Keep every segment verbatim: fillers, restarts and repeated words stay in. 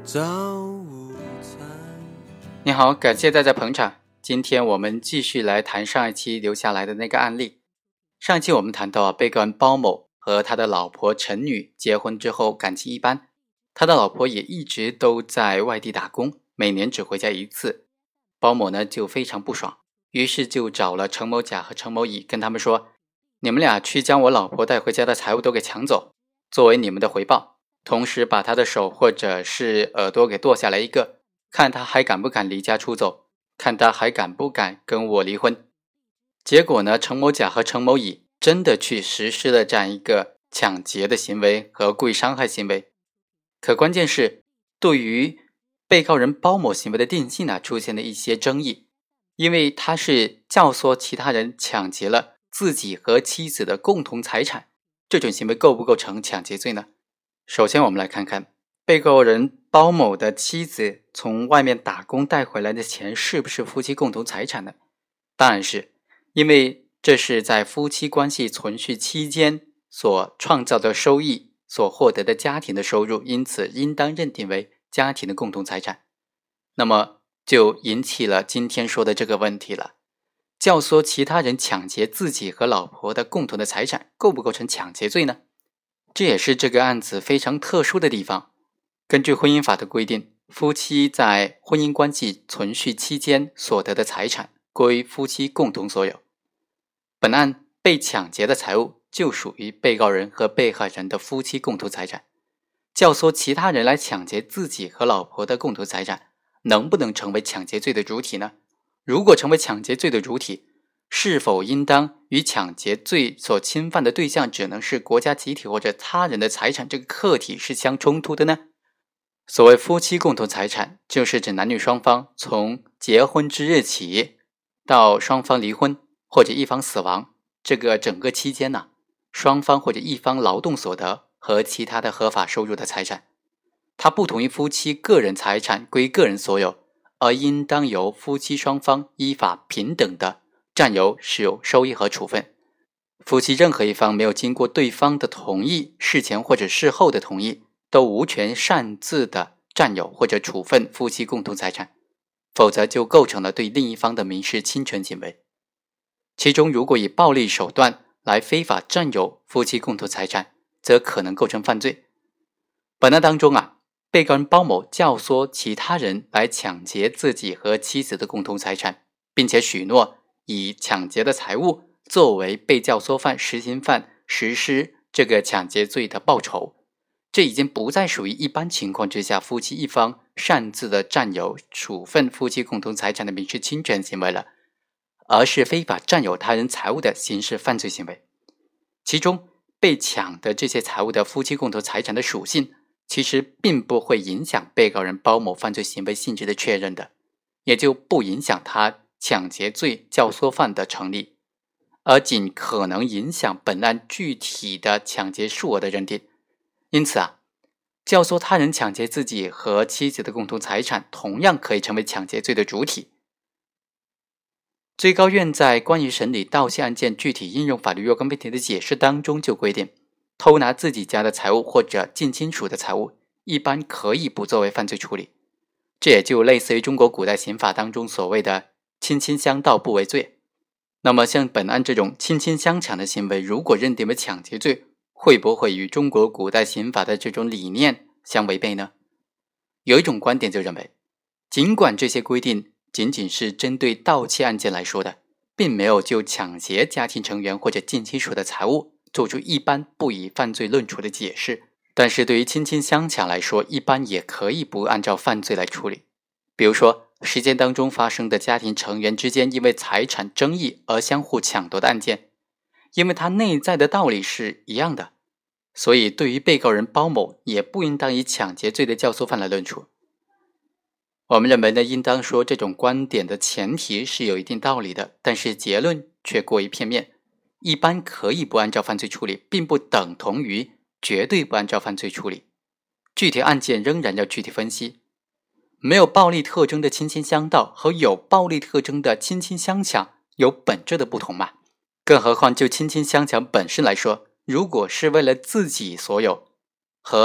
早午餐。 你好，感谢大家捧场。今天我们继续来谈上一期留下来的那个案例。上一期我们谈到啊，被告人包某和他的老婆陈女结婚之后感情一般，他的老婆也一直都在外地打工，每年只回家一次。包某呢就非常不爽，于是就找了程某甲和程某乙，跟他们说，你们俩去将我老婆带回家的财物都给抢走，作为你们的回报，同时把他的手或者是耳朵给剁下来一个，看他还敢不敢离家出走，看他还敢不敢跟我离婚。结果呢，程某甲和程某乙真的去实施了这样一个抢劫的行为和故意伤害行为。可关键是，对于被告人包某行为的定性呢，出现了一些争议，因为他是教唆其他人抢劫了自己和妻子的共同财产，这种行为构不构成抢劫罪呢？首先我们来看看被告人包某的妻子从外面打工带回来的钱是不是夫妻共同财产呢？当然是，因为这是在夫妻关系存续期间所创造的收益，所获得的家庭的收入，因此应当认定为家庭的共同财产。那么就引起了今天说的这个问题了，教唆其他人抢劫自己和老婆的共同的财产，构不构成抢劫罪呢？这也是这个案子非常特殊的地方。根据婚姻法的规定，夫妻在婚姻关系存续期间所得的财产归夫妻共同所有。本案被抢劫的财物就属于被告人和被害人的夫妻共同财产。教唆其他人来抢劫自己和老婆的共同财产，能不能成为抢劫罪的主体呢？如果成为抢劫罪的主体，是否应当与抢劫罪所侵犯的对象只能是国家集体或者他人的财产这个客体是相冲突的呢？所谓夫妻共同财产，就是指男女双方从结婚之日起到双方离婚或者一方死亡，这个整个期间呢、啊，双方或者一方劳动所得和其他的合法收入的财产，它不同于夫妻个人财产归个人所有，而应当由夫妻双方依法平等的占有、使用、收益和处分。夫妻任何一方没有经过对方的同意，事前或者事后的同意，都无权擅自的占有或者处分夫妻共同财产，否则就构成了对另一方的民事侵权行为。其中如果以暴力手段来非法占有夫妻共同财产，则可能构成犯罪。本案当中啊，被告人包某教唆其他人来抢劫自己和妻子的共同财产，并且许诺以抢劫的财物作为被教唆犯、实行犯实施这个抢劫罪的报酬。这已经不再属于一般情况之下夫妻一方擅自的占有、处分夫妻共同财产的民事侵权行为了，而是非法占有他人财物的刑事犯罪行为。其中被抢的这些财物的夫妻共同财产的属性，其实并不会影响被告人包某犯罪行为性质的确认的，也就不影响他抢劫罪教唆犯的成立，而仅可能影响本案具体的抢劫数额的认定。因此啊，教唆他人抢劫自己和妻子的共同财产，同样可以成为抢劫罪的主体。最高院在关于审理盗窃案件具体应用法律若干问题的解释当中就规定，偷拿自己家的财物或者近亲属的财物，一般可以不作为犯罪处理。这也就类似于中国古代刑法当中所谓的亲亲相盗不为罪。那么像本案这种亲亲相抢的行为，如果认定为抢劫罪，会不会与中国古代刑法的这种理念相违背呢？有一种观点就认为，尽管这些规定仅仅是针对盗窃案件来说的，并没有就抢劫家庭成员或者近亲属的财物做出一般不以犯罪论处的解释，但是对于亲亲相抢来说，一般也可以不按照犯罪来处理。比如说实践当中发生的家庭成员之间因为财产争议而相互抢夺的案件，因为它内在的道理是一样的，所以对于被告人包某也不应当以抢劫罪的教唆犯来论处。我们认为呢，应当说这种观点的前提是有一定道理的，但是结论却过于片面。一般可以不按照犯罪处理，并不等同于绝对不按照犯罪处理。具体案件仍然要具体分析。没有暴力特征的亲亲相盗和有暴力特征的亲亲相抢有本质的不同嘛？更何况就亲亲相抢本身来说，如果是为了自己所有，和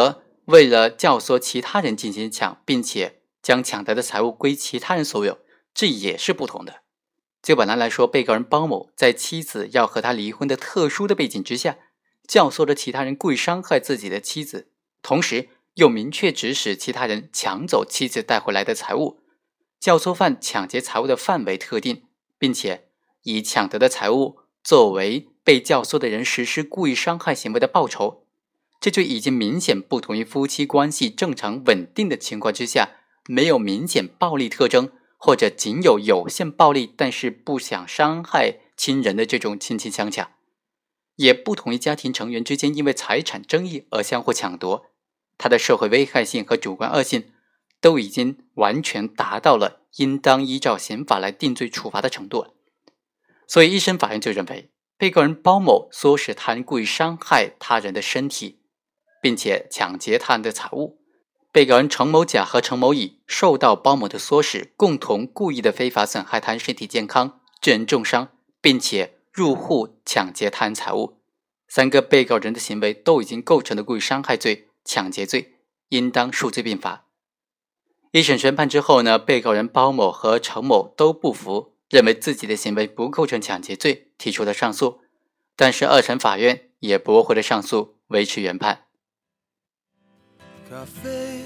为了教唆其他人进行抢，并且将抢得的财物归其他人所有，这也是不同的。就本来来说，被告人包某在妻子要和他离婚的特殊的背景之下，教唆着其他人故意伤害自己的妻子，同时又明确指使其他人抢走妻子带回来的财物，教唆犯抢劫财物的范围特定，并且以抢得的财物作为被教唆的人实施故意伤害行为的报酬，这就已经明显不同于夫妻关系正常稳定的情况之下，没有明显暴力特征，或者仅有有限暴力但是不想伤害亲人的这种亲情相抢，也不同于家庭成员之间因为财产争议而相互抢夺，它的社会危害性和主观恶性都已经完全达到了应当依照刑法来定罪处罚的程度。所以一审法院就认为，被告人包某唆使他人故意伤害他人的身体，并且抢劫他人的财物，被告人程某甲和程某乙受到包某的唆使，共同故意的非法损害他人身体健康，致人重伤，并且入户抢劫他人财物，三个被告人的行为都已经构成了故意伤害罪、抢劫罪，应当数罪并罚。一审宣判之后呢，被告人包某和程某都不服，认为自己的行为不构成抢劫罪，提出了上诉，但是二审法院也驳回了上诉，维持原判。 咖啡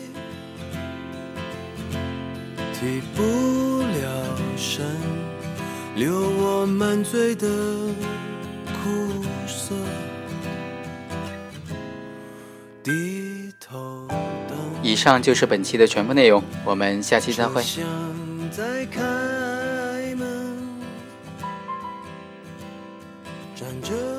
提不了神，留我满嘴的苦涩，低头等。 以上就是本期的全部内容，我们下期再会。 车厢在开门，站着